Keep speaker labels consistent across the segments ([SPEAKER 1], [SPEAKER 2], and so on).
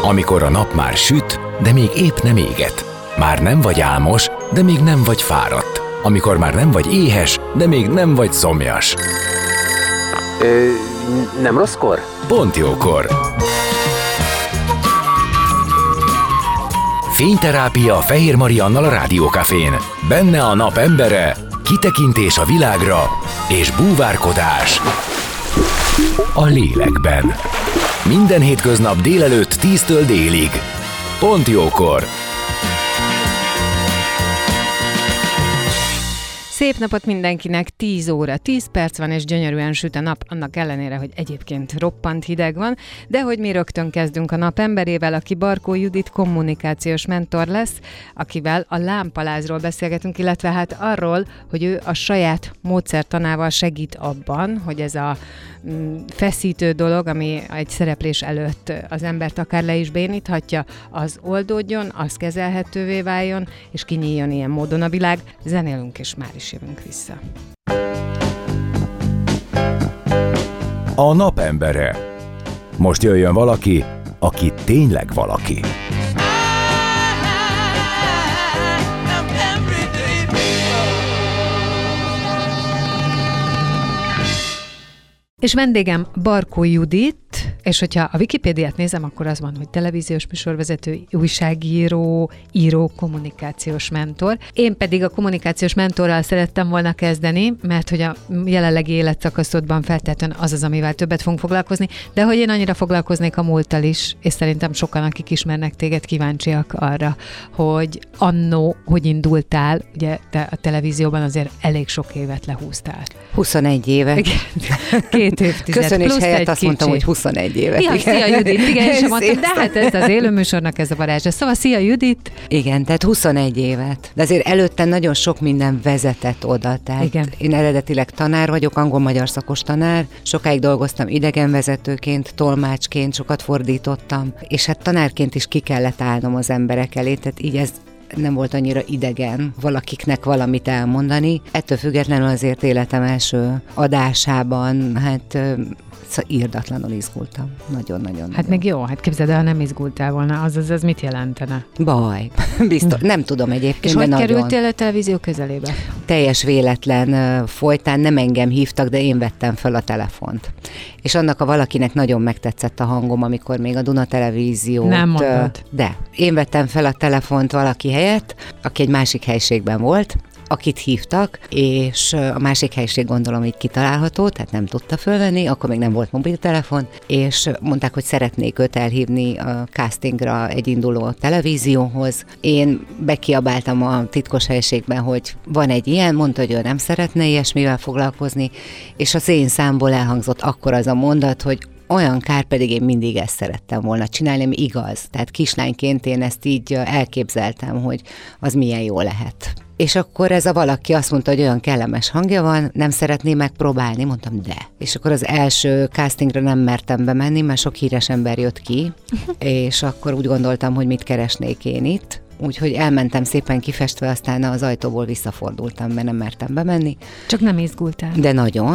[SPEAKER 1] Amikor a nap már süt, de még épp nem éget. Már nem vagy álmos, de még nem vagy fáradt. Amikor már nem vagy éhes, de még nem vagy szomjas.
[SPEAKER 2] Nem rosszkor?
[SPEAKER 1] Pont jókor. Fényterápia Fehér Mariannal a Rádiókafén. Benne a nap embere, kitekintés a világra és búvárkodás a lélekben. Minden hétköznap délelőtt 10-től délig. Pont jókor.
[SPEAKER 3] Szép napot mindenkinek, 10 óra, 10 perc van, és gyönyörűen süt a nap, annak ellenére, hogy egyébként roppant hideg van, de hogy mi rögtön kezdünk a nap emberével, aki Barkó Judit kommunikációs mentor lesz, akivel a lámpalázról beszélgetünk, illetve hát arról, hogy ő a saját módszertanával segít abban, hogy ez a feszítő dolog, ami egy szereplés előtt az embert akár le is béníthatja, az oldódjon, az kezelhetővé váljon, és kinyíljon ilyen módon a világ. Zenélünk, és már is jövünk vissza.
[SPEAKER 1] A nap embere. Most jöjjön valaki, aki tényleg valaki.
[SPEAKER 3] És vendégem Barkó Judit, és hogyha a Wikipédiát nézem, akkor az van, hogy televíziós műsorvezető, újságíró, író, kommunikációs mentor. Én pedig a kommunikációs mentorral szerettem volna kezdeni, mert hogy a jelenlegi életszakaszodban feltétlenül az, amivel többet fogunk foglalkozni, de hogy én annyira foglalkoznék a múlttal is, és szerintem sokan, akik ismernek téged, kíváncsiak arra, hogy annó, hogy indultál, ugye te a televízióban azért elég sok évet lehúztál.
[SPEAKER 4] 21 éve.
[SPEAKER 3] Igen. 2 évtized.
[SPEAKER 4] Köszönés helyett azt mondtam, hogy 21 évet.
[SPEAKER 3] Ja, szia Judit, igen, én sem mondtam, de hát ez az élőműsornak ez a varázsa. Szóval szia Judit.
[SPEAKER 4] Igen, tehát 21 évet. De azért előtte nagyon sok minden vezetett oda. Tehát
[SPEAKER 3] igen.
[SPEAKER 4] Én eredetileg tanár vagyok, angol-magyar szakos tanár. Sokáig dolgoztam idegenvezetőként, tolmácsként, sokat fordítottam. És hát tanárként is ki kellett állnom az emberek elé, tehát így ez nem volt annyira idegen valakiknek valamit elmondani. Ettől függetlenül azért életem első adásában, hát irdatlanul izgultam. Nagyon-nagyon.
[SPEAKER 3] Hát még jó, hát képzeld el, ha nem izgultál volna, az mit jelentene?
[SPEAKER 4] Baj. Biztos. Nem tudom egyébként,
[SPEAKER 3] és
[SPEAKER 4] de
[SPEAKER 3] hogy
[SPEAKER 4] nagyon.
[SPEAKER 3] kerültél a televízió közelébe?
[SPEAKER 4] Teljes véletlen folytán, nem engem hívtak, de én vettem fel a telefont. És annak a valakinek nagyon megtetszett a hangom, amikor még a Duna Televíziót...
[SPEAKER 3] Nem mondod.
[SPEAKER 4] De. Én vettem fel a telefont valaki helyett, aki egy másik helységben volt, akit hívtak, és a másik helység gondolom így kitalálható, tehát nem tudta fölvenni, akkor még nem volt mobiltelefon, és mondták, hogy szeretnék őt elhívni a castingra egy induló televízióhoz. Én bekiabáltam a titkos helységben, hogy van egy ilyen, mondta, hogy ő nem szeretne ilyesmivel foglalkozni, és az én számból elhangzott akkor az a mondat, hogy olyan kár, pedig én mindig ezt szerettem volna csinálni, ami igaz. Tehát kislányként én ezt így elképzeltem, hogy az milyen jó lehet. És akkor ez a valaki azt mondta, hogy olyan kellemes hangja van, nem szeretné megpróbálni? Mondtam, de. És akkor az első castingra nem mertem bemenni, mert sok híres ember jött ki, és akkor úgy gondoltam, hogy mit keresnék én itt. Úgyhogy elmentem szépen kifestve, aztán az ajtóból visszafordultam, mert nem mertem bemenni.
[SPEAKER 3] Csak nem izgultál.
[SPEAKER 4] De nagyon.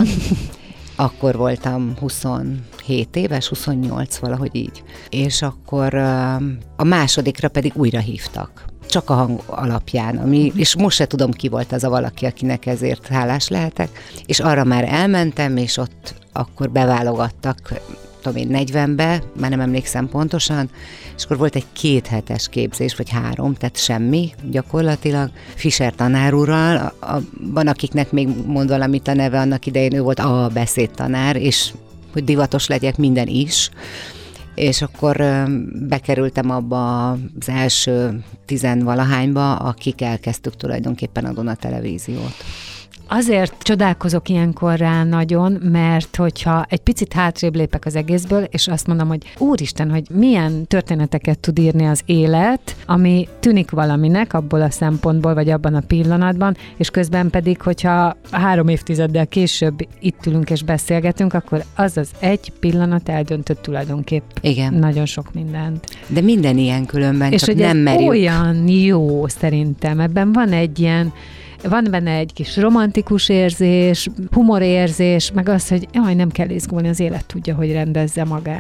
[SPEAKER 4] Akkor voltam 27 éves, 28, valahogy így. És akkor a másodikra pedig újra hívtak. Csak a hang alapján, és most se tudom, ki volt az a valaki, akinek ezért hálás lehetek. És arra már elmentem, és ott akkor beválogattak, tudom én, 40-be, már nem emlékszem pontosan, és akkor volt egy 2 hetes képzés, vagy 3, tehát semmi gyakorlatilag. Fischer tanár úrral, van akiknek még mond valamit a neve, annak idején ő volt a beszédtanár, és hogy divatos legyek, minden is. És akkor bekerültem abba az első 10-valahányba, akik elkezdtük tulajdonképpen a Duna Televíziót.
[SPEAKER 3] Azért csodálkozok ilyenkor rá nagyon, mert hogyha egy picit hátrébb lépek az egészből, és azt mondom, hogy úristen, hogy milyen történeteket tud írni az élet, ami tűnik valaminek abból a szempontból, vagy abban a pillanatban, és közben pedig, hogyha 3 évtizeddel később itt ülünk és beszélgetünk, akkor az az egy pillanat eldöntött tulajdonképp
[SPEAKER 4] igen.
[SPEAKER 3] Nagyon sok mindent.
[SPEAKER 4] De minden ilyen különben,
[SPEAKER 3] és
[SPEAKER 4] csak nem merjük. És
[SPEAKER 3] olyan jó szerintem, ebben van egy ilyen, van benne egy kis romantikus érzés, humorérzés, meg az, hogy jaj, nem kell izgulni, az élet tudja, hogy rendezze magát.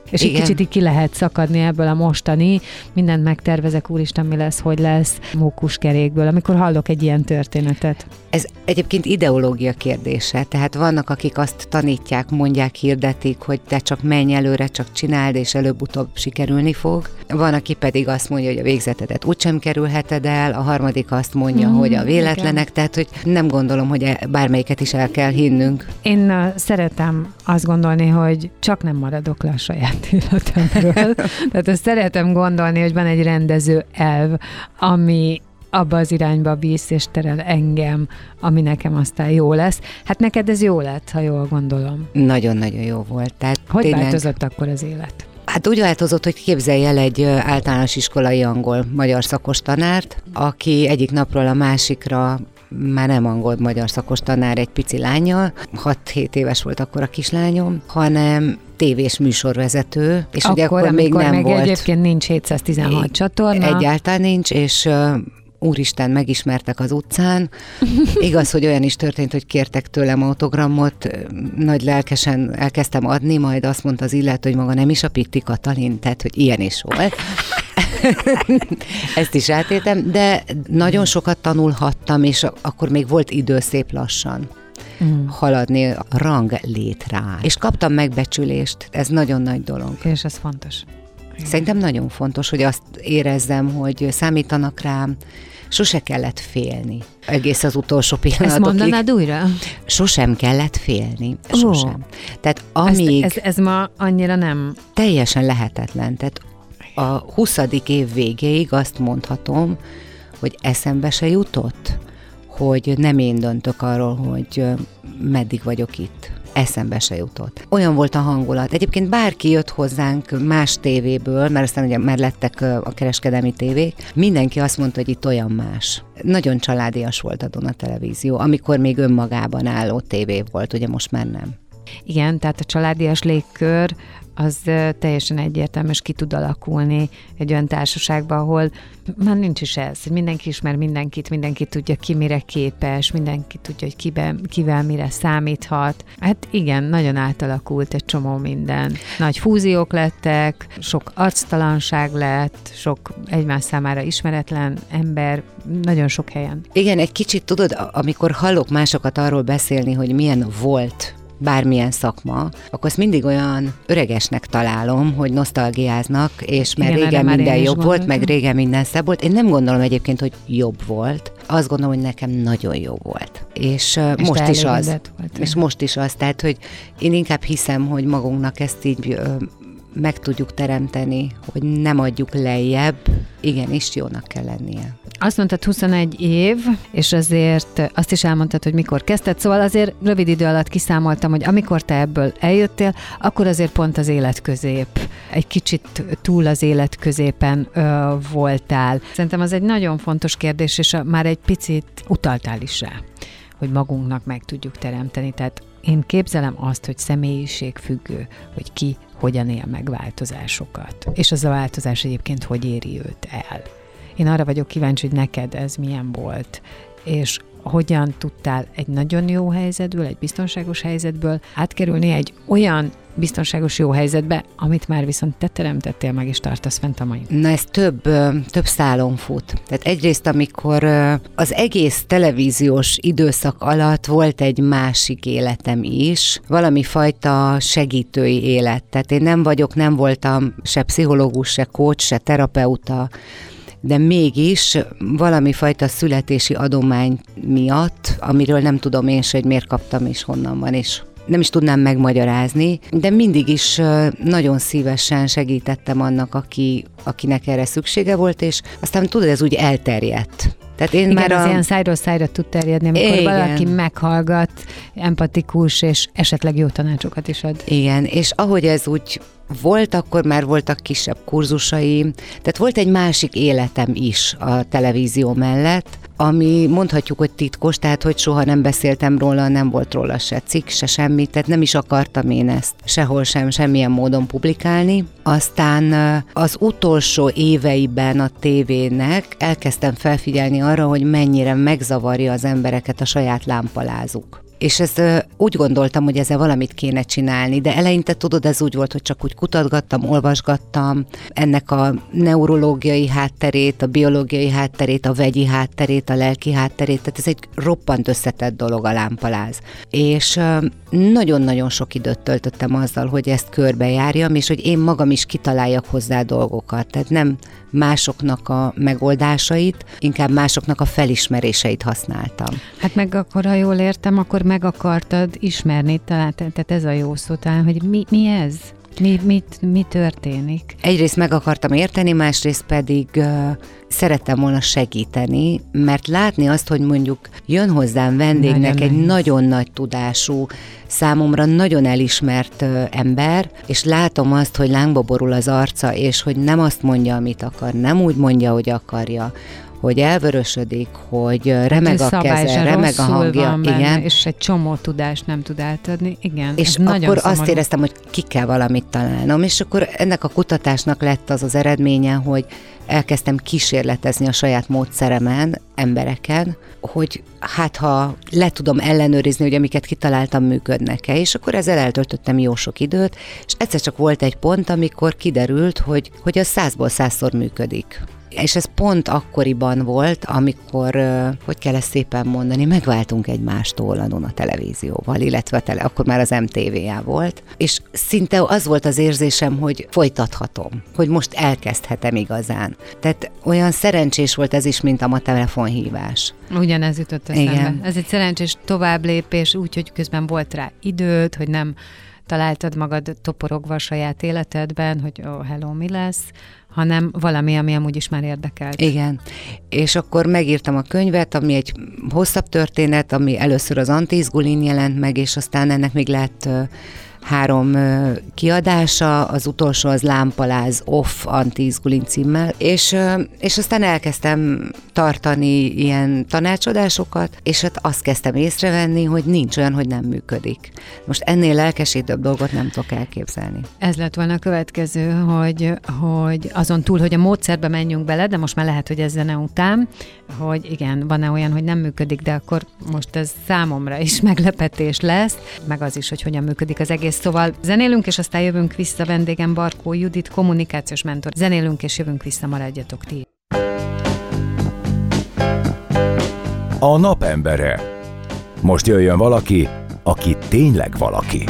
[SPEAKER 3] És egy kicsit így ki lehet szakadni ebből a mostani, mindent megtervezek, úristen, mi lesz, hogy lesz, mókuskerékből, amikor hallok egy ilyen történetet.
[SPEAKER 4] Ez egyébként ideológia kérdése, tehát vannak, akik azt tanítják, mondják, hirdetik, hogy te csak menj előre, csak csináld, és előbb-utóbb sikerülni fog. Van, aki pedig azt mondja, hogy a végzetedet úgysem kerülheted el, a harmadik azt mondja, hogy a véletlenek, igen. Tehát hogy nem gondolom, hogy bármelyiket is el kell hinnünk.
[SPEAKER 3] Én szeretem azt gondolni, hogy csak nem maradok le a saját életemről. Tehát azt szeretem gondolni, hogy van egy rendező elv, ami abba az irányba visz és terel engem, ami nekem aztán jó lesz. Hát neked ez jó lett, ha jól gondolom.
[SPEAKER 4] Nagyon-nagyon jó volt. Tehát
[SPEAKER 3] hogy tényleg... változott akkor az élet?
[SPEAKER 4] Hát úgy változott, hogy képzelj el egy általános iskolai angol-magyar szakos tanárt, aki egyik napról a másikra már nem angol-magyar szakos tanár egy pici lányjal, 6-7 éves volt akkor a kislányom, hanem tévés műsorvezető, és ugye akkor még nem volt.
[SPEAKER 3] Egyébként nincs 716 csatorna.
[SPEAKER 4] Egyáltalán nincs, és úristen, megismertek az utcán. Igaz, hogy olyan is történt, hogy kértek tőlem autogramot, nagy lelkesen elkezdtem adni, majd azt mondta az illető, hogy maga nem is a Pitti Katalin, tehát, hogy ilyen is volt. Ezt is átéltem, de nagyon sokat tanulhattam, és akkor még volt idő szép lassan haladni a rang létrán. És kaptam megbecsülést, ez nagyon nagy dolog.
[SPEAKER 3] És ez fontos.
[SPEAKER 4] Szerintem nagyon fontos, hogy azt érezzem, hogy számítanak rám, sose kellett félni. Egész az utolsó pillanatokig.
[SPEAKER 3] Ezt mondanád újra?
[SPEAKER 4] Sosem kellett félni. Sosem. Tehát amíg...
[SPEAKER 3] Ez ma annyira nem...
[SPEAKER 4] Teljesen lehetetlen. Tehát a 20. év végéig azt mondhatom, hogy eszembe se jutott, hogy nem én döntök arról, hogy meddig vagyok itt. Eszembe se jutott. Olyan volt a hangulat. Egyébként bárki jött hozzánk más tévéből, mert aztán ugye már lettek a kereskedelmi tévék, mindenki azt mondta, hogy itt olyan más. Nagyon családias volt a Duna Televízió, amikor még önmagában álló tévé volt, ugye most már nem.
[SPEAKER 3] Igen, tehát a családias légkör az teljesen egyértelmű, és ki tud alakulni egy olyan társaságban, ahol már nincs is ez, hogy mindenki ismer mindenkit, mindenki tudja, ki mire képes, mindenki tudja, hogy kivel mire számíthat. Hát igen, nagyon átalakult egy csomó minden. Nagy fúziók lettek, sok arctalanság lett, sok egymás számára ismeretlen ember, nagyon sok helyen.
[SPEAKER 4] Igen, egy kicsit tudod, amikor hallok másokat arról beszélni, hogy milyen volt bármilyen szakma, akkor azt mindig olyan öregesnek találom, hogy nosztalgiáznak, és mert igen, régen minden jobb volt, meg régen minden szebb volt. Én nem gondolom egyébként, hogy jobb volt. Azt gondolom, hogy nekem nagyon jó volt. És most is az. És most is az. Tehát, hogy én inkább hiszem, hogy magunknak ezt így meg tudjuk teremteni, hogy nem adjuk lejjebb, igenis jónak kell lennie.
[SPEAKER 3] Azt mondtad 21 év, és azért azt is elmondtad, hogy mikor kezdted, szóval azért rövid idő alatt kiszámoltam, hogy amikor te ebből eljöttél, akkor azért pont az életközép, egy kicsit túl az életközépen voltál. Szerintem az egy nagyon fontos kérdés, és már egy picit utaltál is rá, hogy magunknak meg tudjuk teremteni, tehát én képzelem azt, hogy személyiségfüggő, hogy ki hogyan él meg változásokat. És az a változás egyébként hogy éri őt el. Én arra vagyok kíváncsi, hogy neked ez milyen volt, és hogyan tudtál egy nagyon jó helyzetből, egy biztonságos helyzetből átkerülni egy olyan biztonságos jó helyzetbe, amit már viszont te teremtettél meg, és tartasz fent a mai.
[SPEAKER 4] Na ez több szálon fut. Tehát egyrészt, amikor az egész televíziós időszak alatt volt egy másik életem is, valami fajta segítői élet. Tehát én nem voltam se pszichológus, se coach, se terapeuta, de mégis valami fajta születési adomány miatt, amiről nem tudom én se, hogy miért kaptam és honnan van, és nem is tudnám megmagyarázni, de mindig is nagyon szívesen segítettem annak, akinek erre szüksége volt, és aztán tudod, ez úgy elterjedt. Tehát én
[SPEAKER 3] igen,
[SPEAKER 4] már
[SPEAKER 3] az ilyen szájról szájra tud terjedni, amikor igen. valaki meghallgat, empatikus, és esetleg jó tanácsokat is ad.
[SPEAKER 4] Igen, és ahogy ez úgy volt, akkor már voltak kisebb kurzusaim, tehát volt egy másik életem is a televízió mellett, ami mondhatjuk, hogy titkos, tehát hogy soha nem beszéltem róla, nem volt róla se cikk, se semmi, tehát nem is akartam én ezt sehol sem, semmilyen módon publikálni. Aztán az utolsó éveiben a tévének elkezdtem felfigyelni arra, hogy mennyire megzavarja az embereket a saját lámpalázuk. És úgy gondoltam, hogy ezzel valamit kéne csinálni, de eleinte tudod, ez úgy volt, hogy csak úgy kutatgattam, olvasgattam ennek a neurológiai hátterét, a biológiai hátterét, a vegyi hátterét, a lelki hátterét, tehát ez egy roppant összetett dolog a lámpaláz. És nagyon-nagyon sok időt töltöttem azzal, hogy ezt körbejárjam, és hogy én magam is kitaláljak hozzá dolgokat. Tehát nem másoknak a megoldásait, inkább másoknak a felismeréseit használtam.
[SPEAKER 3] Hát meg akkor, ha jól értem, akkor meg akartad ismerni, tehát ez a jó szó talán, hogy mi ez? Mi történik?
[SPEAKER 4] Egyrészt meg akartam érteni, másrészt pedig szerettem volna segíteni, mert látni azt, hogy mondjuk jön hozzám vendégnek egy nagyon nagy tudású, számomra nagyon elismert ember, és látom azt, hogy lángba borul az arca, és hogy nem azt mondja, amit akar, nem úgy mondja, hogy akarja, hogy elvörösödik, hogy remeg a keze, remeg a hangja.
[SPEAKER 3] Igen. És egy csomó tudást nem tud átadni. Igen.
[SPEAKER 4] És akkor azt éreztem, hogy ki kell valamit találnom, és akkor ennek a kutatásnak lett az eredménye, hogy elkezdtem kísérletezni a saját módszeremen, embereken, hogy hát ha le tudom ellenőrizni, hogy amiket kitaláltam, működnek-e, és akkor ezzel eltöltöttem jó sok időt, és egyszer csak volt egy pont, amikor kiderült, hogy az 100-ból 100-szor működik. És ez pont akkoriban volt, amikor, hogy kell ezt szépen mondani, megváltunk egymástól a Duna Televízióval, illetve akkor már az MTV-já volt, és szinte az volt az érzésem, hogy folytathatom, hogy most elkezdhetem igazán. Tehát olyan szerencsés volt ez is, mint a telefonhívás.
[SPEAKER 3] Ugyanez jutott eszembe.
[SPEAKER 4] Igen.
[SPEAKER 3] Ez egy szerencsés továbblépés, úgyhogy közben volt rá időd, hogy nem találtad magad toporogva a saját életedben, hogy hello, mi lesz, hanem valami, ami amúgy is már érdekelt.
[SPEAKER 4] Igen. És akkor megírtam a könyvet, ami egy hosszabb történet, ami először az antiizgulin jelent meg, és aztán ennek még lett 3 kiadása, az utolsó az Lámpaláz Off antiizgulin címmel, és aztán elkezdtem tartani ilyen tanácsadásokat, és hát azt kezdtem észrevenni, hogy nincs olyan, hogy nem működik. Most ennél lelkesítőbb dolgot nem tudok elképzelni.
[SPEAKER 3] Ez lett volna a következő, hogy azon túl, hogy a módszerbe menjünk bele, de most már lehet, hogy ez zene után, hogy igen, van-e olyan, hogy nem működik, de akkor most ez számomra is meglepetés lesz, meg az is, hogy hogyan működik az egész. Szóval zenélünk, és aztán jövünk vissza, vendégem Barkó Judit, kommunikációs mentor. Zenélünk, és jövünk vissza, maradjatok ti.
[SPEAKER 1] A napembere. Most jöjjön valaki, aki tényleg valaki.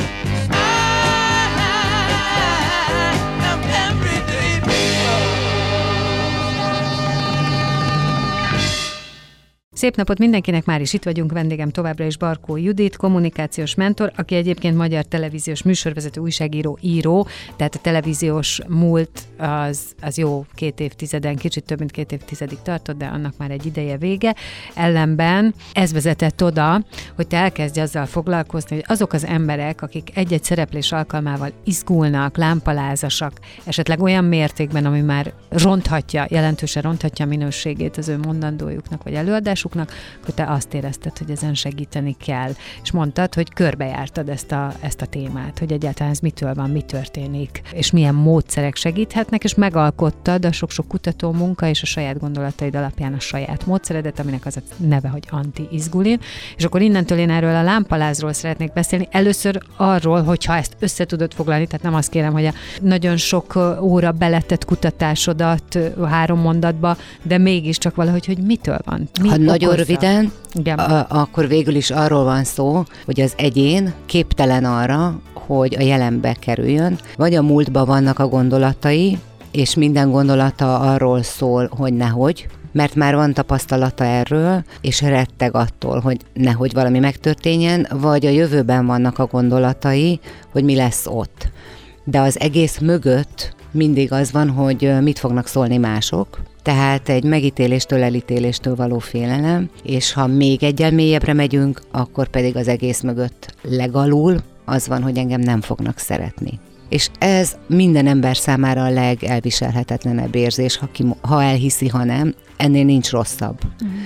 [SPEAKER 3] Szép napot mindenkinek, már is itt vagyunk, vendégem továbbra is Barkó Judit, kommunikációs mentor, aki egyébként magyar televíziós műsorvezető, újságíró, író, tehát a televíziós múlt az jó 2 évtizeden, kicsit több mint 2 évtizedig tartott, de annak már egy ideje vége. Ellenben ez vezetett oda, hogy te elkezdj azzal foglalkozni, hogy azok az emberek, akik egy-egy szereplés alkalmával izgulnak, lámpalázasak, esetleg olyan mértékben, ami már jelentősen ronthatja a minőségét az ő mondandójuknak vagy előadásuknak, akkor te azt érezted, hogy ezen segíteni kell. És mondtad, hogy körbejártad ezt a témát, hogy egyáltalán ez mitől van, mi történik, és milyen módszerek segíthetnek, és megalkottad a sok-sok kutató munka és a saját gondolataid alapján a saját módszeredet, aminek az a neve, hogy anti-izgulin. És akkor innentől én erről a lámpalázról szeretnék beszélni. Először arról, hogyha ezt össze tudod foglalni, tehát nem azt kérem, hogy a nagyon sok óra beletett kutatásodat 3 mondatba, de mégiscsak valahogy, hogy mitől van.
[SPEAKER 4] Nagyon röviden, akkor végül is arról van szó, hogy az egyén képtelen arra, hogy a jelenbe kerüljön, vagy a múltban vannak a gondolatai, és minden gondolata arról szól, hogy nehogy, mert már van tapasztalata erről, és retteg attól, hogy nehogy valami megtörténjen, vagy a jövőben vannak a gondolatai, hogy mi lesz ott. De az egész mögött mindig az van, hogy mit fognak szólni mások, tehát egy megítéléstől, elítéléstől való félelem, és ha még egyel mélyebbre megyünk, akkor pedig az egész mögött legalul az van, hogy engem nem fognak szeretni. És ez minden ember számára a legelviselhetetlenebb érzés, ha elhiszi, ha nem, ennél nincs rosszabb.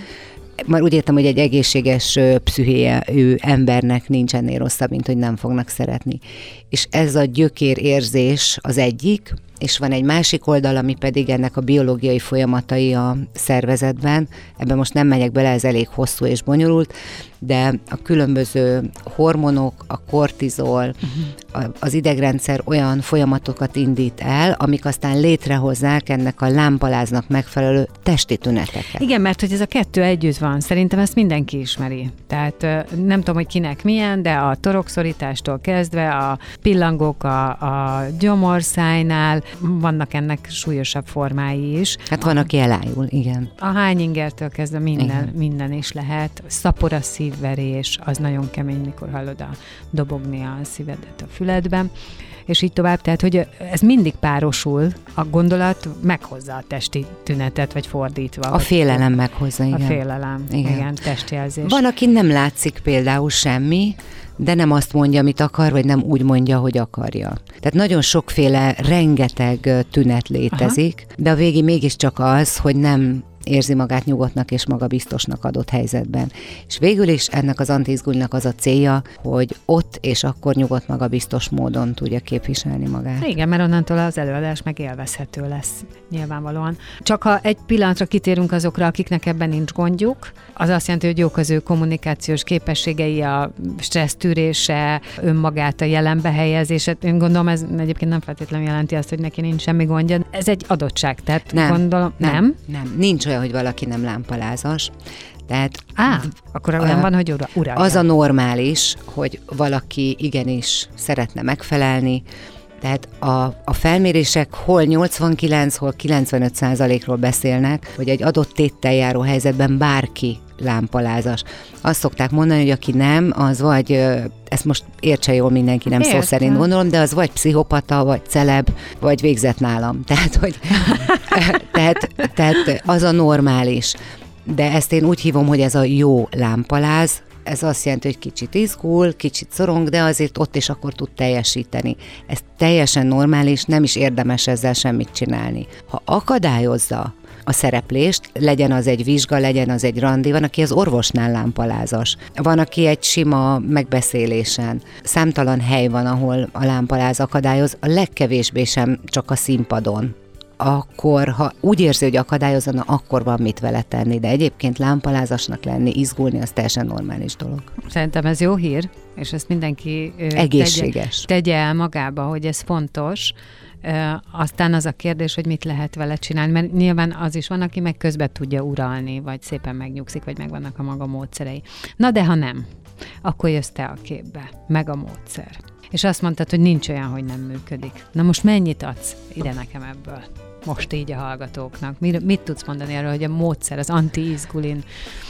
[SPEAKER 4] Már úgy értem, hogy egy egészséges pszichéjű embernek nincs ennél rosszabb, mint hogy nem fognak szeretni. És ez a gyökérérzés az egyik, és van egy másik oldal, ami pedig ennek a biológiai folyamatai a szervezetben. Ebben most nem megyek bele, ez elég hosszú és bonyolult, de a különböző hormonok, a kortizol, az idegrendszer olyan folyamatokat indít el, amik aztán létrehozzák ennek a lámpaláznak megfelelő testi tüneteket.
[SPEAKER 3] Igen, mert hogy ez a kettő együtt van, szerintem ezt mindenki ismeri. Tehát nem tudom, hogy kinek milyen, de a torokszorítástól kezdve a pillangók a gyomorszájnál, vannak ennek súlyosabb formái is.
[SPEAKER 4] Hát van, aki elájul, igen.
[SPEAKER 3] A hányingertől kezdve minden is lehet. Szapor a szívverés, az nagyon kemény, mikor hallod dobogni a szívedet a füledben, és így tovább. Tehát, hogy ez mindig párosul, a gondolat meghozza a testi tünetet, vagy fordítva.
[SPEAKER 4] A félelem meghozza, igen.
[SPEAKER 3] A félelem, igen, testjelzés.
[SPEAKER 4] Van, aki nem látszik például semmi, de nem azt mondja, amit akar, vagy nem úgy mondja, hogy akarja. Tehát nagyon sokféle, rengeteg tünet létezik, de a végén mégiscsak az, hogy nem érzi magát nyugodtnak és magabiztosnak adott helyzetben. És végül is ennek az antiizgulnak az a célja, hogy ott és akkor nyugodt magabiztos módon tudja képviselni magát.
[SPEAKER 3] Igen, mert onnantól az előadás meg élvezhető lesz nyilvánvalóan. Csak ha egy pillanatra kitérünk azokra, akiknek ebben nincs gondjuk, az azt jelenti, hogy jók az ő kommunikációs képességei, a stressztűrése, önmagát, a jelenbe helyezése. Én gondolom, ez egyébként nem feltétlenül jelenti azt, hogy neki nincs semmi gondja. Ez egy adottság, tehát gondolom, nem?
[SPEAKER 4] Nincs olyan, hogy valaki nem lámpalázas. Tehát
[SPEAKER 3] akkor olyan van, hogy uralja.
[SPEAKER 4] Az a normális, hogy valaki igenis szeretne megfelelni, tehát a felmérések hol 89, hol 95%-ról beszélnek, hogy egy adott téttel járó helyzetben bárki lámpalázas. Azt szokták mondani, hogy aki nem, az vagy, ezt most értse jól mindenki, nem szó szerint gondolom, de az vagy pszichopata, vagy celeb, vagy végzett nálam. Tehát, hogy, tehát az a normális. De ezt én úgy hívom, hogy ez a jó lámpaláz. Ez azt jelenti, hogy kicsit izgul, kicsit szorong, de azért ott is akkor tud teljesíteni. Ez teljesen normális, nem is érdemes ezzel semmit csinálni. Ha akadályozza a szereplést, legyen az egy vizsga, legyen az egy randi, van, aki az orvosnál lámpalázas. Van, aki egy sima megbeszélésen. Számtalan hely van, ahol a lámpaláz akadályoz, a legkevésbé sem csak a színpadon. Akkor, ha úgy érzi, hogy akadályozna, akkor van mit vele tenni, de egyébként lámpalázasnak lenni, izgulni, az teljesen normális dolog.
[SPEAKER 3] Szerintem ez jó hír, és ezt mindenki
[SPEAKER 4] egészséges.
[SPEAKER 3] Tegye el magába, hogy ez fontos. Aztán az a kérdés, hogy mit lehet vele csinálni, mert nyilván az is van, aki meg közben tudja uralni, vagy szépen megnyugszik, vagy megvannak a maga módszerei. Na de ha nem, akkor jössz te a képbe, meg a módszer. És azt mondtad, hogy nincs olyan, hogy nem működik. Na most mennyit adsz ide nekem ebből? Most így a hallgatóknak. Mit tudsz mondani arról, hogy a módszer, az antiizgulin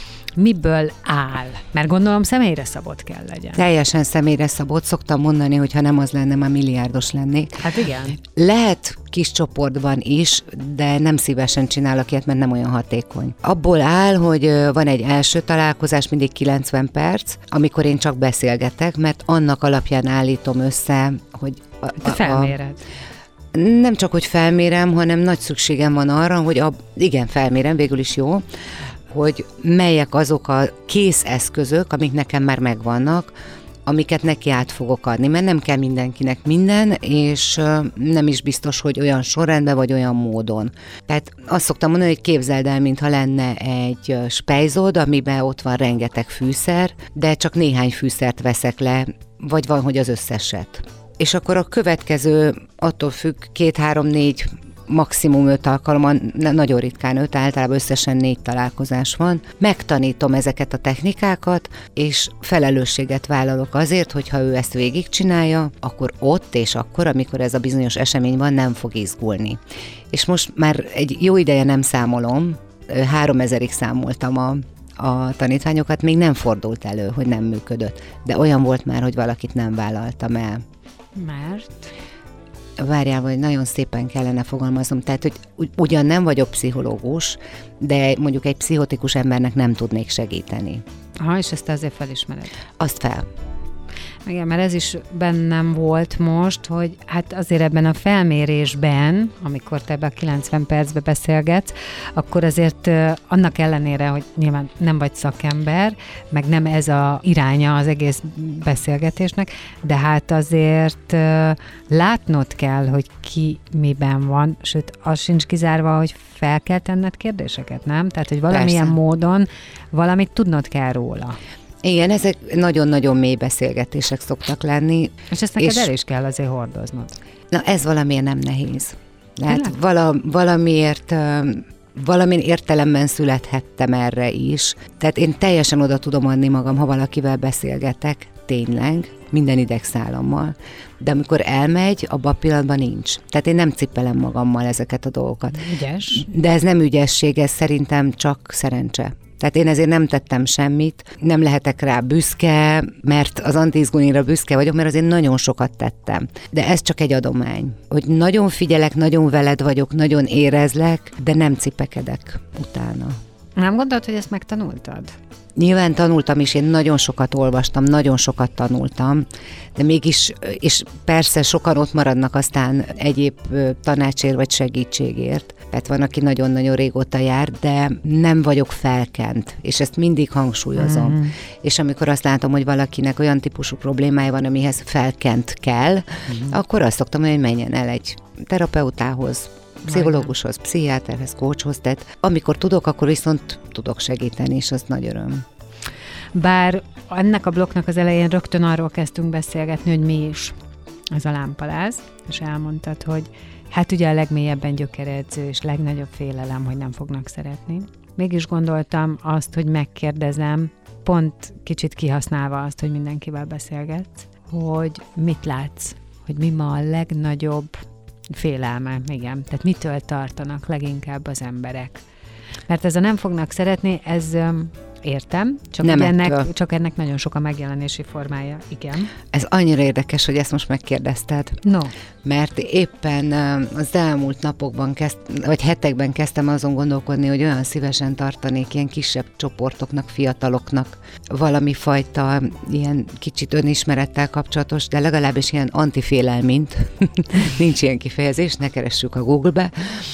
[SPEAKER 3] miből áll? Mert gondolom személyre szabott kell legyen.
[SPEAKER 4] Teljesen személyre szabott. Szoktam mondani, hogy ha nem az lenne, már milliárdos lennék.
[SPEAKER 3] Hát igen.
[SPEAKER 4] Lehet kis csoportban is, de nem szívesen csinálok ilyet, mert nem olyan hatékony. Abból áll, hogy van egy első találkozás, mindig 90 perc, amikor én csak beszélgetek, mert annak alapján állítom össze, hogy
[SPEAKER 3] te felméred.
[SPEAKER 4] Nem csak, hogy felmérem, hanem nagy szükségem van arra, hogy igen, felmérem, végül is jó, hogy melyek azok a kész eszközök, amik nekem már megvannak, amiket neki át fogok adni, mert nem kell mindenkinek minden, és nem is biztos, hogy olyan sorrendben, vagy olyan módon. Tehát azt szoktam mondani, hogy képzeld el, mintha lenne egy spejzod, amiben ott van rengeteg fűszer, de csak néhány fűszert veszek le, vagy van, hogy az összeset. És akkor a következő, attól függ, 2-3-4, maximum 5 alkalommal, nagyon ritkán 5, általában összesen 4 találkozás van. Megtanítom ezeket a technikákat, és felelősséget vállalok azért, hogyha ő ezt végigcsinálja, akkor ott és akkor, amikor ez a bizonyos esemény van, nem fog izgulni. És most már egy jó ideje nem számolom, 3000-ig számoltam a tanítványokat, még nem fordult elő, hogy nem működött. De olyan volt már, hogy valakit nem vállaltam el.
[SPEAKER 3] Mert?
[SPEAKER 4] Várjál, hogy nagyon szépen kellene fogalmaznom. Tehát, hogy ugyan nem vagyok pszichológus, de mondjuk egy pszichotikus embernek nem tudnék segíteni.
[SPEAKER 3] Aha, és ezt azért felismered.
[SPEAKER 4] Azt fel.
[SPEAKER 2] Igen, mert ez is bennem volt most, hogy hát azért ebben a felmérésben, amikor te ebbe a 90 percbe beszélgetsz, akkor azért annak ellenére, hogy nyilván nem vagy szakember, meg nem ez a iránya az egész beszélgetésnek, de hát azért látnod kell, hogy ki miben van, sőt, az sincs kizárva, hogy fel kell tenned kérdéseket, nem? Tehát, hogy valamilyen módon valamit tudnod kell róla.
[SPEAKER 4] Igen, ezek nagyon-nagyon mély beszélgetések szoktak lenni.
[SPEAKER 2] És ezt neked el is kell azért hordoznod.
[SPEAKER 4] Na, ez valamiért nem nehéz. Hát valamilyen értelemben születhettem erre is. Tehát én teljesen oda tudom adni magam, ha valakivel beszélgetek, tényleg, minden idegszálammal. De amikor elmegy, abban a pillanatban nincs. Tehát én nem cipelem magammal ezeket a dolgokat.
[SPEAKER 2] Ügyes.
[SPEAKER 4] De ez nem ügyesség, ez szerintem csak szerencse. Tehát én ezért nem tettem semmit, nem lehetek rá büszke, mert az antiizgullinra büszke vagyok, mert azért nagyon sokat tettem. De ez csak egy adomány, hogy nagyon figyelek, nagyon veled vagyok, nagyon érezlek, de nem cipekedek utána.
[SPEAKER 2] Nem gondolod, hogy ezt megtanultad?
[SPEAKER 4] Nyilván tanultam is, én nagyon sokat olvastam, nagyon sokat tanultam, de mégis, és persze sokan ott maradnak aztán egyéb tanácsért vagy segítségért. Tehát van, aki nagyon-nagyon régóta jár, de nem vagyok felkent, és ezt mindig hangsúlyozom. Mm-hmm. És amikor azt látom, hogy valakinek olyan típusú problémája van, amihez felkent kell, akkor azt szoktam, hogy menjen el egy terapeutához, pszichológushoz, pszichiáterhez, coachhoz, tehát amikor tudok, akkor viszont tudok segíteni, és az nagy öröm.
[SPEAKER 2] Bár ennek a blokknak az elején rögtön arról kezdtünk beszélgetni, hogy mi is ez a lámpaláz, és elmondtad, hogy hát ugye a legmélyebben gyökeredző és legnagyobb félelem, hogy nem fognak szeretni. Mégis gondoltam azt, hogy megkérdezem, pont kicsit kihasználva azt, hogy mindenkivel beszélgetsz, hogy mit látsz, hogy mi ma a legnagyobb félelme, igen. Tehát mitől tartanak leginkább az emberek? Mert ez a nem fognak szeretni, ez értem, csak ennek nagyon sok a megjelenési formája, igen.
[SPEAKER 4] Ez annyira érdekes, hogy ezt most megkérdezted.
[SPEAKER 2] No.
[SPEAKER 4] Mert éppen az elmúlt napokban vagy hetekben kezdtem azon gondolkodni, hogy olyan szívesen tartanék ilyen kisebb csoportoknak, fiataloknak valami fajta ilyen kicsit önismerettel kapcsolatos, de legalábbis ilyen antifélelmint, nincs ilyen kifejezés, ne keressük a Google-be,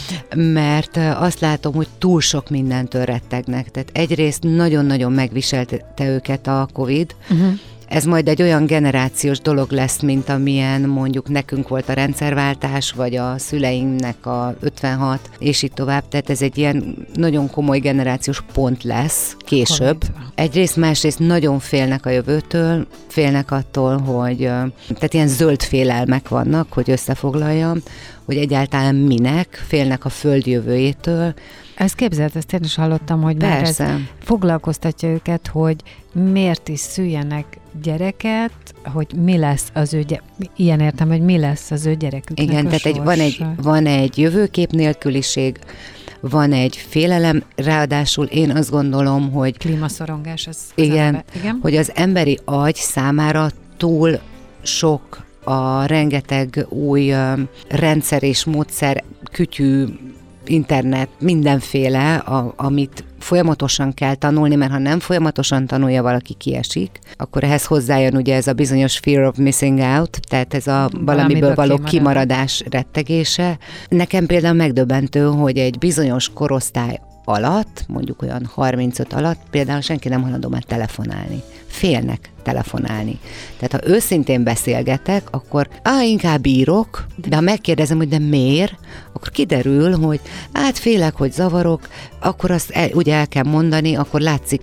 [SPEAKER 4] mert azt látom, hogy túl sok mindentől rettegnek. Tehát egyrészt nagyon-nagyon megviselte őket a Covid. Ez majd egy olyan generációs dolog lesz, mint amilyen mondjuk nekünk volt a rendszerváltás, vagy a szüleinknek a 56, és így tovább. Tehát ez egy ilyen nagyon komoly generációs pont lesz később. Egyrészt, másrészt nagyon félnek a jövőtől, félnek attól, hogy tehát ilyen zöld félelmek vannak, hogy összefoglaljam, hogy egyáltalán minek, félnek a föld jövőjétől.
[SPEAKER 2] Ezt képzeld, ezt én is hallottam, hogy már ez foglalkoztatja őket, hogy miért is szüljenek gyereket, hogy mi lesz az ő ilyen értem, hogy mi lesz az ő gyereküknek.
[SPEAKER 4] Igen, tehát van egy jövőkép nélküliség, van egy félelem, ráadásul én azt gondolom, hogy
[SPEAKER 2] klímaszorongás, ez
[SPEAKER 4] igen, hogy az emberi agy számára túl sok a rengeteg új rendszer és módszer, kütyű, internet, mindenféle, amit folyamatosan kell tanulni, mert ha nem folyamatosan tanulja, valaki kiesik, akkor ehhez hozzájön ugye ez a bizonyos fear of missing out, tehát ez a valamiből való kimaradás rettegése. Nekem például megdöbbentő, hogy egy bizonyos korosztály alatt, mondjuk olyan 35 alatt például senki nem hajlandó már telefonálni. Félnek telefonálni. Tehát ha őszintén beszélgetek, akkor inkább írok, de ha megkérdezem, hogy de miért, akkor kiderül, hogy félek, hogy zavarok, akkor azt ugye el kell mondani, akkor látszik,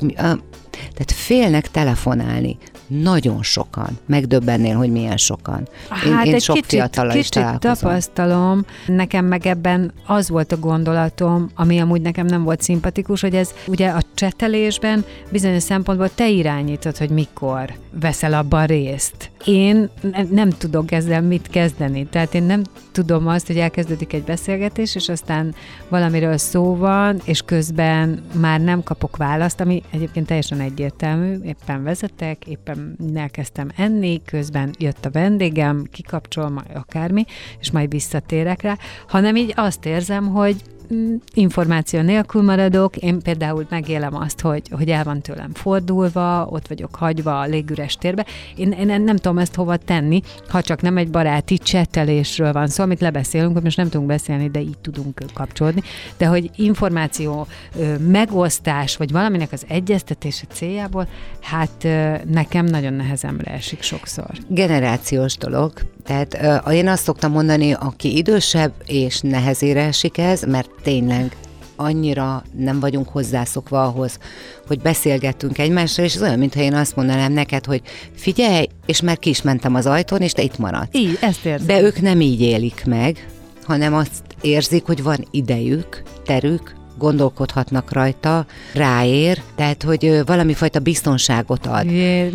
[SPEAKER 4] tehát félnek telefonálni. Nagyon sokan. Megdöbbennél, hogy milyen sokan. Én sok fiatallal is találkozom.
[SPEAKER 2] Tapasztalom. Nekem meg ebben az volt a gondolatom, ami amúgy nekem nem volt szimpatikus, hogy ez ugye a csetelésben bizonyos szempontból te irányítod, hogy mikor veszel abban részt. Én nem tudok ezzel mit kezdeni. Tehát én nem tudom azt, hogy elkezdődik egy beszélgetés, és aztán valamiről szó van, és közben már nem kapok választ, ami egyébként teljesen egyértelmű. Éppen vezetek, éppen elkezdtem enni, közben jött a vendégem, kikapcsol majd akármi, és majd visszatérek rá, hanem így azt érzem, hogy információ nélkül maradok. Én például megélem azt, hogy el van tőlem fordulva, ott vagyok hagyva a légüres térbe. Én nem tudom ezt hova tenni, ha csak nem egy baráti csettelésről van szó, amit lebeszélünk, hogy most nem tudunk beszélni, de így tudunk kapcsolódni. De hogy információ megosztás, vagy valaminek az egyeztetése céljából, hát nekem nagyon nehezemre esik sokszor.
[SPEAKER 4] Generációs dolog. Tehát én azt szoktam mondani, aki idősebb és nehezére esik ez, mert tényleg annyira nem vagyunk hozzászokva ahhoz, hogy beszélgettünk egymással, és ez olyan, mintha én azt mondanám neked, hogy figyelj, és már ki is mentem az ajtón, és te itt maradsz.
[SPEAKER 2] Így, ezt érzem.
[SPEAKER 4] De ők nem így élik meg, hanem azt érzik, hogy van idejük, terük, gondolkodhatnak rajta, ráér, tehát, hogy valami fajta biztonságot ad.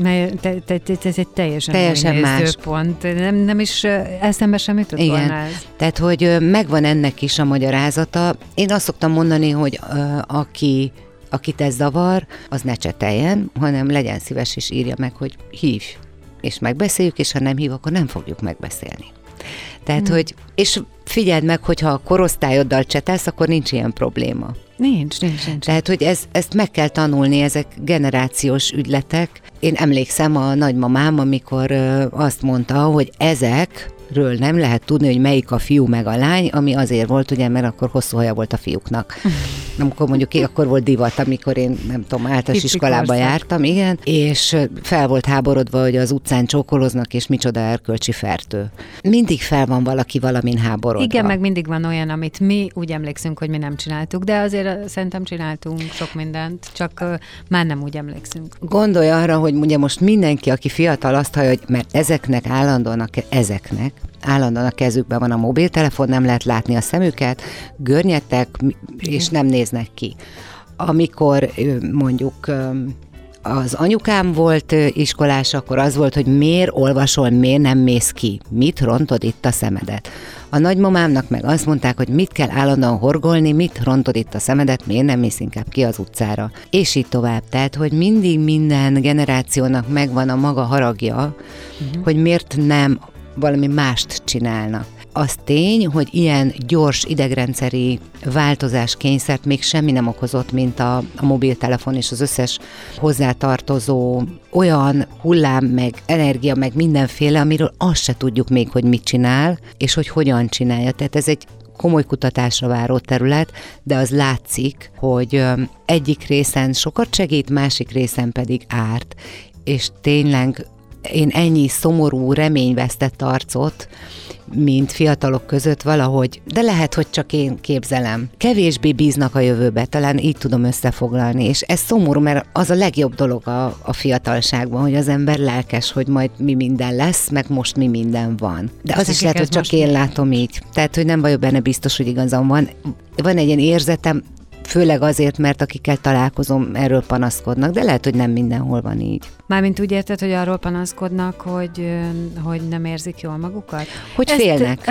[SPEAKER 2] Ez egy teljesen
[SPEAKER 4] más
[SPEAKER 2] pont. Nem is eszembe sem jutott volna ez.
[SPEAKER 4] Tehát, hogy megvan ennek is a magyarázata. Én azt szoktam mondani, hogy akit ez zavar, az ne cseteljen, hanem legyen szíves és írja meg, hogy hívj, és megbeszéljük, és ha nem hív, akkor nem fogjuk megbeszélni. Tehát, hogy, és figyeld meg, hogyha a korosztályoddal csetelsz, akkor nincs ilyen probléma.
[SPEAKER 2] Nincs.
[SPEAKER 4] Tehát, hogy ezt meg kell tanulni, ezek generációs ügyletek. Én emlékszem a nagymamám, amikor azt mondta, hogy ezekről nem lehet tudni, hogy melyik a fiú meg a lány, ami azért volt, ugye, mert akkor hosszú haja volt a fiúknak. Amikor mondjuk akkor volt divat, amikor én nem tudom, általános iskolába jártam, igen, és fel volt háborodva, hogy az utcán csókoloznak, és micsoda erkölcsi fertő. Mindig fel van valaki valamin háborodva.
[SPEAKER 2] Igen, meg mindig van olyan, amit mi úgy emlékszünk, hogy mi nem csináltuk, de azért szerintem csináltunk sok mindent, csak már nem úgy emlékszünk.
[SPEAKER 4] Gondolj arra, hogy ugye most mindenki, aki fiatal, azt hallja, hogy mert ezeknek állandóan a kezükben van a mobiltelefon, nem lehet látni a szemüket, görnyedtek, és nem néznek ki. Amikor mondjuk az anyukám volt iskolás, akkor az volt, hogy miért olvasol, miért nem mész ki, mit rontod itt a szemedet. A nagymamámnak meg azt mondták, hogy mit kell állandóan horgolni, mit rontod itt a szemedet, miért nem mész inkább ki az utcára. És így tovább. Tehát, hogy mindig minden generációnak megvan a maga haragja, hogy miért nem valami mást csinálnak. Az tény, hogy ilyen gyors idegrendszeri változáskényszert még semmi nem okozott, mint a mobiltelefon és az összes hozzátartozó olyan hullám, meg energia, meg mindenféle, amiről azt se tudjuk még, hogy mit csinál, és hogy hogyan csinálja. Tehát ez egy komoly kutatásra váró terület, de az látszik, hogy egyik részen sokat segít, másik részen pedig árt, és tényleg én ennyi szomorú, reményvesztett arcot, mint fiatalok között valahogy, de lehet, hogy csak én képzelem. Kevésbé bíznak a jövőbe, talán így tudom összefoglalni, és ez szomorú, mert az a legjobb dolog a fiatalságban, hogy az ember lelkes, hogy majd mi minden lesz, meg most mi minden van. De az is lehet, hogy csak én látom így. Tehát, hogy nem vagyok benne biztos, hogy igazam van. Van egy ilyen érzetem, főleg azért, mert akikkel találkozom, erről panaszkodnak, de lehet, hogy nem mindenhol van így.
[SPEAKER 2] Mármint úgy érted, hogy arról panaszkodnak, hogy nem érzik jól magukat?
[SPEAKER 4] Hogy félnek.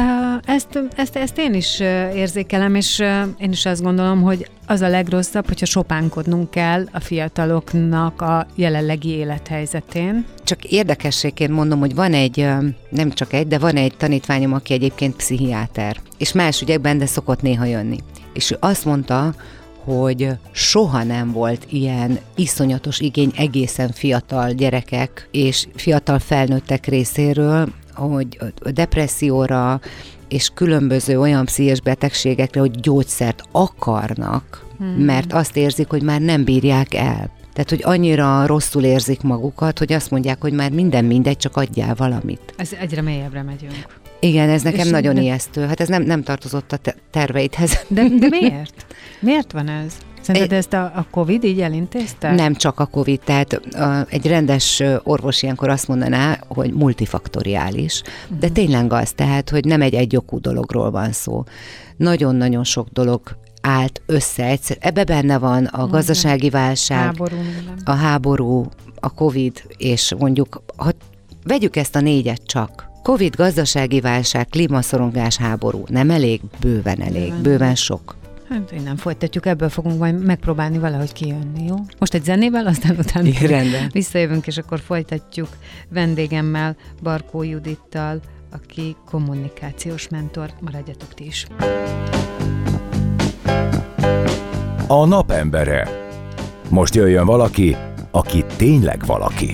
[SPEAKER 2] Ezt én is érzékelem, és én is azt gondolom, hogy az a legrosszabb, hogyha sopánkodnunk kell a fiataloknak a jelenlegi élethelyzetén.
[SPEAKER 4] Csak érdekességként mondom, hogy van egy, nem csak egy, de van egy tanítványom, aki egyébként pszichiáter, és más ügyekben, de szokott néha jönni. És ő azt mondta, hogy soha nem volt ilyen iszonyatos igény egészen fiatal gyerekek és fiatal felnőttek részéről, hogy a depresszióra és különböző olyan pszichés betegségekre, hogy gyógyszert akarnak, mert azt érzik, hogy már nem bírják el. Tehát, hogy annyira rosszul érzik magukat, hogy azt mondják, hogy már minden mindegy, csak adjál valamit.
[SPEAKER 2] Ez egyre mélyebbre megyünk.
[SPEAKER 4] Igen, ez nekem nagyon ijesztő. Hát ez nem tartozott a terveidhez.
[SPEAKER 2] De miért? Miért van ez? Szerinted ezt a Covid így elintézte?
[SPEAKER 4] Nem csak a Covid, tehát egy rendes orvos ilyenkor azt mondaná, hogy multifaktoriális, de tényleg az, tehát, hogy nem egy egyokú dologról van szó. Nagyon-nagyon sok dolog állt össze egyszer. Ebbe benne van a gazdasági válság, a háború, a Covid, és mondjuk, ha vegyük ezt a 4-et csak. Covid, gazdasági válság, klímaszorongás, háború. Nem elég? Bőven elég. Bőven sok.
[SPEAKER 2] Hát innen folytatjuk, ebből fogunk majd megpróbálni valahogy kijönni, jó? Most egy zenével, aztán utána visszajövünk, és akkor folytatjuk vendégemmel, Barkó Judittal, aki kommunikációs mentor. Maradjatok ti is.
[SPEAKER 1] A napembere. Most jöjjön valaki, aki tényleg valaki.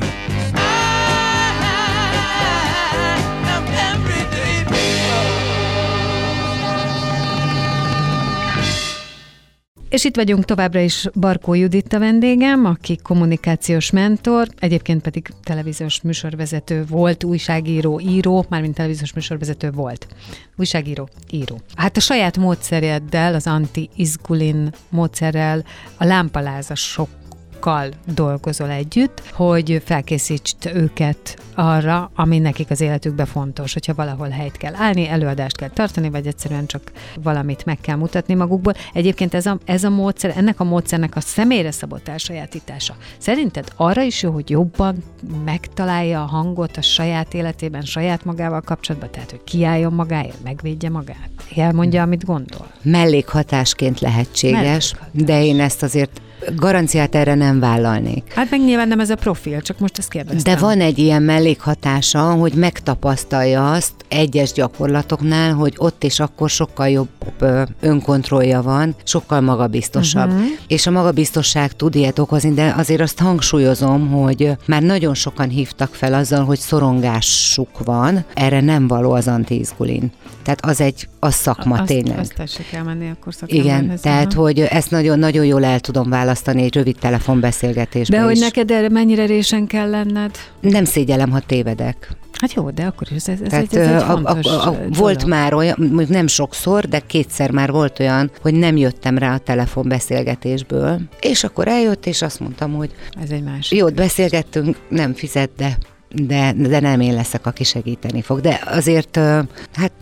[SPEAKER 2] És itt vagyunk továbbra is Barkó Judit a vendégem, aki kommunikációs mentor, egyébként pedig televíziós műsorvezető volt, újságíró, író, mármint televíziós műsorvezető volt. Újságíró, író. Hát a saját módszereddel, az anti-izgulin módszerrel a lámpalázasokkal dolgozol együtt, hogy felkészítsd őket arra, ami nekik az életükben fontos, hogyha valahol helyt kell állni, előadást kell tartani, vagy egyszerűen csak valamit meg kell mutatni magukból. Egyébként ez a módszer, ennek a módszernek a személyre szabott elsajátítása. Szerinted arra is jó, hogy jobban megtalálja a hangot a saját életében, saját magával kapcsolatban, tehát hogy kiálljon magáért, megvédje magát, elmondja, amit gondol?
[SPEAKER 4] Mellékhatásként lehetséges, de én ezt azért garanciát erre nem vállalnék.
[SPEAKER 2] Hát meg nyilván nem ez a profil, csak most ezt kérdeztem.
[SPEAKER 4] De van egy ilyen mellékhatása, hogy megtapasztalja azt egyes gyakorlatoknál, hogy ott és akkor sokkal jobb önkontrollja van, sokkal magabiztosabb. És a magabiztosság tud ilyet okozni, de azért azt hangsúlyozom, hogy már nagyon sokan hívtak fel azzal, hogy szorongásuk van, erre nem való az antiizgulin. Tehát az szakma tényleg.
[SPEAKER 2] Azt tessék elmenni akkor szakemberhez.
[SPEAKER 4] Igen, tehát hogy ezt nagyon-nagyon jól el tudom választani egy rövid telefonbeszélgetésben.
[SPEAKER 2] De hogy
[SPEAKER 4] is.
[SPEAKER 2] neked erre mennyire résen kell lenned?
[SPEAKER 4] Nem szégyellem, ha tévedek.
[SPEAKER 2] Hát jó, de akkor is ez
[SPEAKER 4] Tehát
[SPEAKER 2] egy fontos
[SPEAKER 4] volt
[SPEAKER 2] dolog.
[SPEAKER 4] már olyan, mondjuk nem sokszor, de 2-szer már volt olyan, hogy nem jöttem rá a telefonbeszélgetésből, és akkor eljött, és azt mondtam, hogy
[SPEAKER 2] Ez egy másik.
[SPEAKER 4] jót beszélgettünk, nem fizet, de nem én leszek, aki segíteni fog. De azért, hát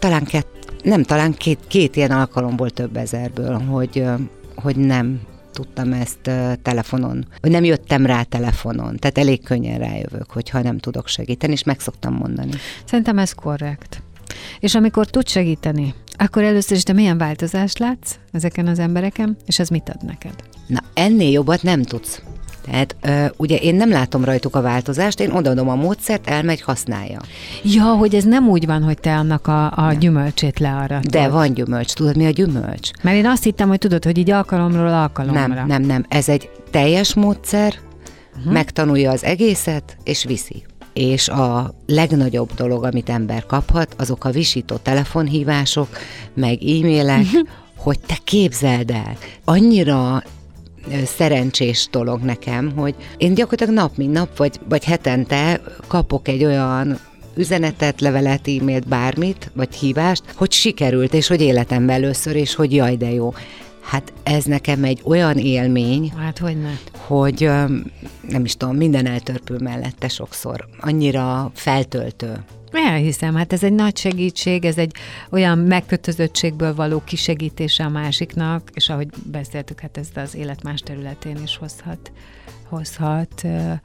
[SPEAKER 4] talán két ilyen alkalomból több ezerből, hogy nem tudtam ezt telefonon, vagy nem jöttem rá telefonon. Tehát elég könnyen rájövök, hogyha nem tudok segíteni, és meg szoktam mondani.
[SPEAKER 2] Szerintem ez korrekt. És amikor tud segíteni, akkor először is te milyen változást látsz ezeken az embereken, és ez mit ad neked?
[SPEAKER 4] Na, ennél jobbat nem tudsz. Tehát ugye én nem látom rajtuk a változást, én odaadom a módszert, elmegy, használja.
[SPEAKER 2] Ja, hogy ez nem úgy van, hogy te annak a gyümölcsét learatod.
[SPEAKER 4] De van gyümölcs. Tudod, mi a gyümölcs?
[SPEAKER 2] Mert én azt hittem, hogy tudod, hogy így alkalomról alkalomra.
[SPEAKER 4] Nem. Ez egy teljes módszer, megtanulja az egészet, és viszi. És a legnagyobb dolog, amit ember kaphat, azok a visító telefonhívások, meg e-mailek, hogy te képzeld el. Annyira szerencsés dolog nekem, hogy én gyakorlatilag nap mint nap, vagy hetente kapok egy olyan üzenetet, levelet, e-mailt, bármit, vagy hívást, hogy sikerült, és hogy életemben először, és hogy jaj, de jó. Hát ez nekem egy olyan élmény,
[SPEAKER 2] Hát hogyne.
[SPEAKER 4] hogy nem is tudom, minden eltörpül mellette sokszor. Annyira feltöltő.
[SPEAKER 2] Elhiszem, hát ez egy nagy segítség, ez egy olyan megkötözöttségből való kisegítése a másiknak, és ahogy beszéltük, hát ezt az élet más területén is hozhat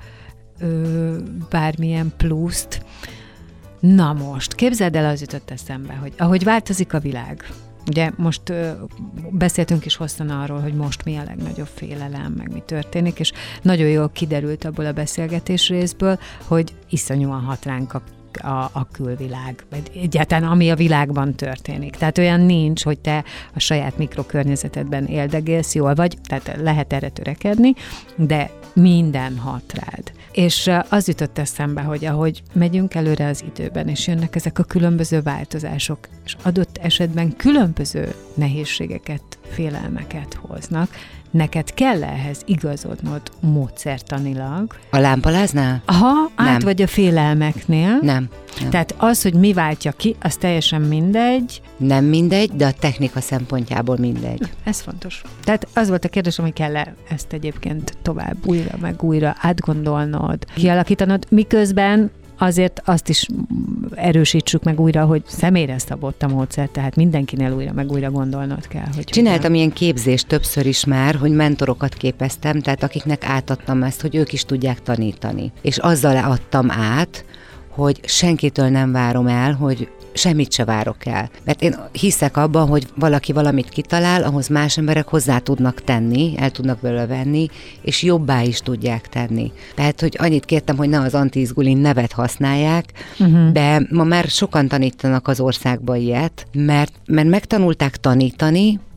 [SPEAKER 2] bármilyen pluszt. Na most, képzeld el, az jutott eszembe, hogy ahogy változik a világ, ugye most beszéltünk is hosszan arról, hogy most mi a legnagyobb félelem, meg mi történik, és nagyon jól kiderült abból a beszélgetés részből, hogy iszonyúan hat ránk a külvilág, vagy egyáltalán ami a világban történik. Tehát olyan nincs, hogy te a saját mikrokörnyezetedben éldegélsz, jól vagy, tehát lehet erre törekedni, de minden hat rád. És az jutott eszembe, hogy ahogy megyünk előre az időben, és jönnek ezek a különböző változások, és adott esetben különböző nehézségeket, félelmeket hoznak, neked kell ehhez igazodnod módszertanilag.
[SPEAKER 4] A lámpaláznál?
[SPEAKER 2] Aha,
[SPEAKER 4] Nem.
[SPEAKER 2] vagy a félelmeknél.
[SPEAKER 4] Nem.
[SPEAKER 2] Tehát az, hogy mi váltja ki, az teljesen mindegy.
[SPEAKER 4] Nem mindegy, de a technika szempontjából mindegy.
[SPEAKER 2] Ez fontos. Tehát az volt a kérdésem, hogy kell-e ezt egyébként tovább újra meg újra átgondolnod, kialakítanod, miközben azért azt is erősítsük meg újra, hogy személyre szabott a módszer, tehát mindenkinél újra meg újra gondolnod kell. Hogy
[SPEAKER 4] Csináltam ilyen képzést többször is már, hogy mentorokat képeztem, tehát akiknek átadtam ezt, hogy ők is tudják tanítani. És azzal adtam át, hogy senkitől nem várom el, hogy semmit se várok el. Mert én hiszek abban, hogy valaki valamit kitalál, ahhoz más emberek hozzá tudnak tenni, el tudnak belőle venni, és jobbá is tudják tenni. Tehát, hogy annyit kértem, hogy ne az antiizgulin nevet használják, de ma már sokan tanítanak az országba ilyet, mert megtanulták tanítani,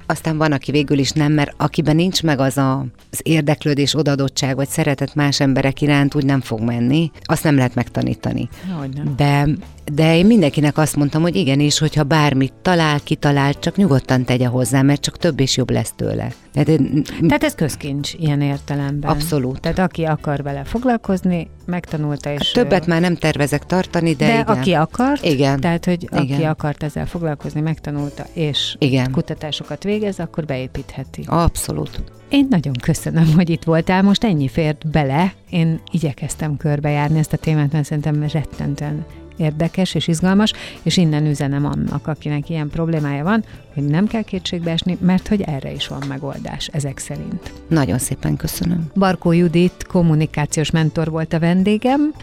[SPEAKER 4] aztán van, aki végül is nem, mert akiben nincs meg az érdeklődés, odaadottság, vagy szeretet más emberek iránt, úgy nem fog menni, azt nem lehet megtanítani. De én mindenkinek azt mondtam, hogy igenis, hogyha bármit kitalál, csak nyugodtan tegye hozzá, mert csak több és jobb lesz tőle.
[SPEAKER 2] Tehát ez közkincs ilyen értelemben.
[SPEAKER 4] Abszolút.
[SPEAKER 2] Tehát aki akar vele foglalkozni, megtanulta és...
[SPEAKER 4] Többet már nem tervezek tartani, de igen.
[SPEAKER 2] aki akart,
[SPEAKER 4] igen.
[SPEAKER 2] Tehát, hogy
[SPEAKER 4] igen.
[SPEAKER 2] aki akart ezzel foglalkozni, megtanulta, és
[SPEAKER 4] igen.
[SPEAKER 2] kutatásokat végez, akkor beépítheti.
[SPEAKER 4] Abszolút.
[SPEAKER 2] Én nagyon köszönöm, hogy itt voltál. Most ennyi fért bele. Én igyekeztem körbejárni ezt a témát, mert szerintem rettentően érdekes és izgalmas, és innen üzenem annak, akinek ilyen problémája van, hogy nem kell kétségbe esni, mert hogy erre is van megoldás, ezek szerint.
[SPEAKER 4] Nagyon szépen köszönöm.
[SPEAKER 2] Barkó Judit kommunikációs mentor volt a vendégem.